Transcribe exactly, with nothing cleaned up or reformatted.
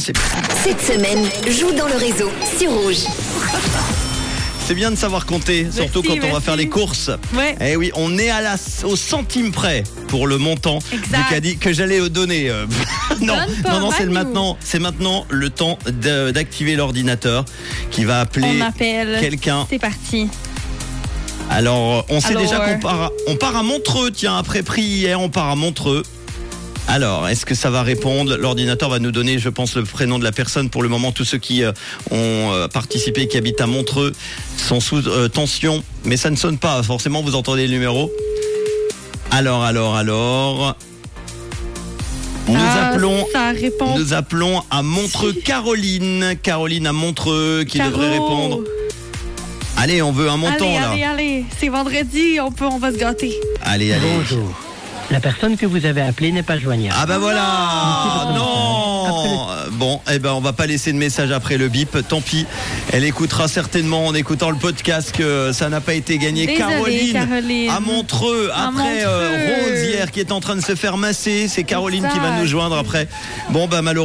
c'est... Cette semaine, joue dans le réseau sur Rouge. C'est bien de savoir compter, Merci, surtout quand merci. on va faire les courses. Ouais. Eh oui, on est à la, au centime près pour le montant Exact. du caddie que j'allais donner. euh, non, Donne pas, non, non, c'est le Manu. maintenant, c'est maintenant le temps de- d'activer l'ordinateur qui va appeler On appelle. quelqu'un. C'est parti. Alors, on sait Alors, déjà qu'on euh, part, à, on part à Montreux. Tiens, après prix hier, on part à Montreux. Alors, est-ce que ça va répondre? L'ordinateur va nous donner, je pense, le prénom de la personne. Pour le moment, tous ceux qui euh, ont euh, participé, qui habitent à Montreux, sont sous euh, tension. Mais ça ne sonne pas, forcément, vous entendez le numéro. Alors, alors, alors... Nous Ah, appelons... Ça répond. Nous appelons à Montreux Caroline. Caroline à Montreux qui Caro. devrait répondre. Allez, on veut un montant allez, là. allez, allez. C'est vendredi, on peut, on va se gâter. Allez, allez. Bonjour. La personne que vous avez appelée n'est pas joignable. Ah bah voilà. Non. Non. Bon, eh ben on va pas laisser de message après le bip. Tant pis. Elle écoutera certainement en écoutant le podcast que ça n'a pas été gagné. Désolée, Caroline, Caroline. à Montreux. À Après Montreux. euh, Rose hier qui est en train de se faire masser. C'est Caroline qui va Exact. nous joindre après. Bon bah malheureusement.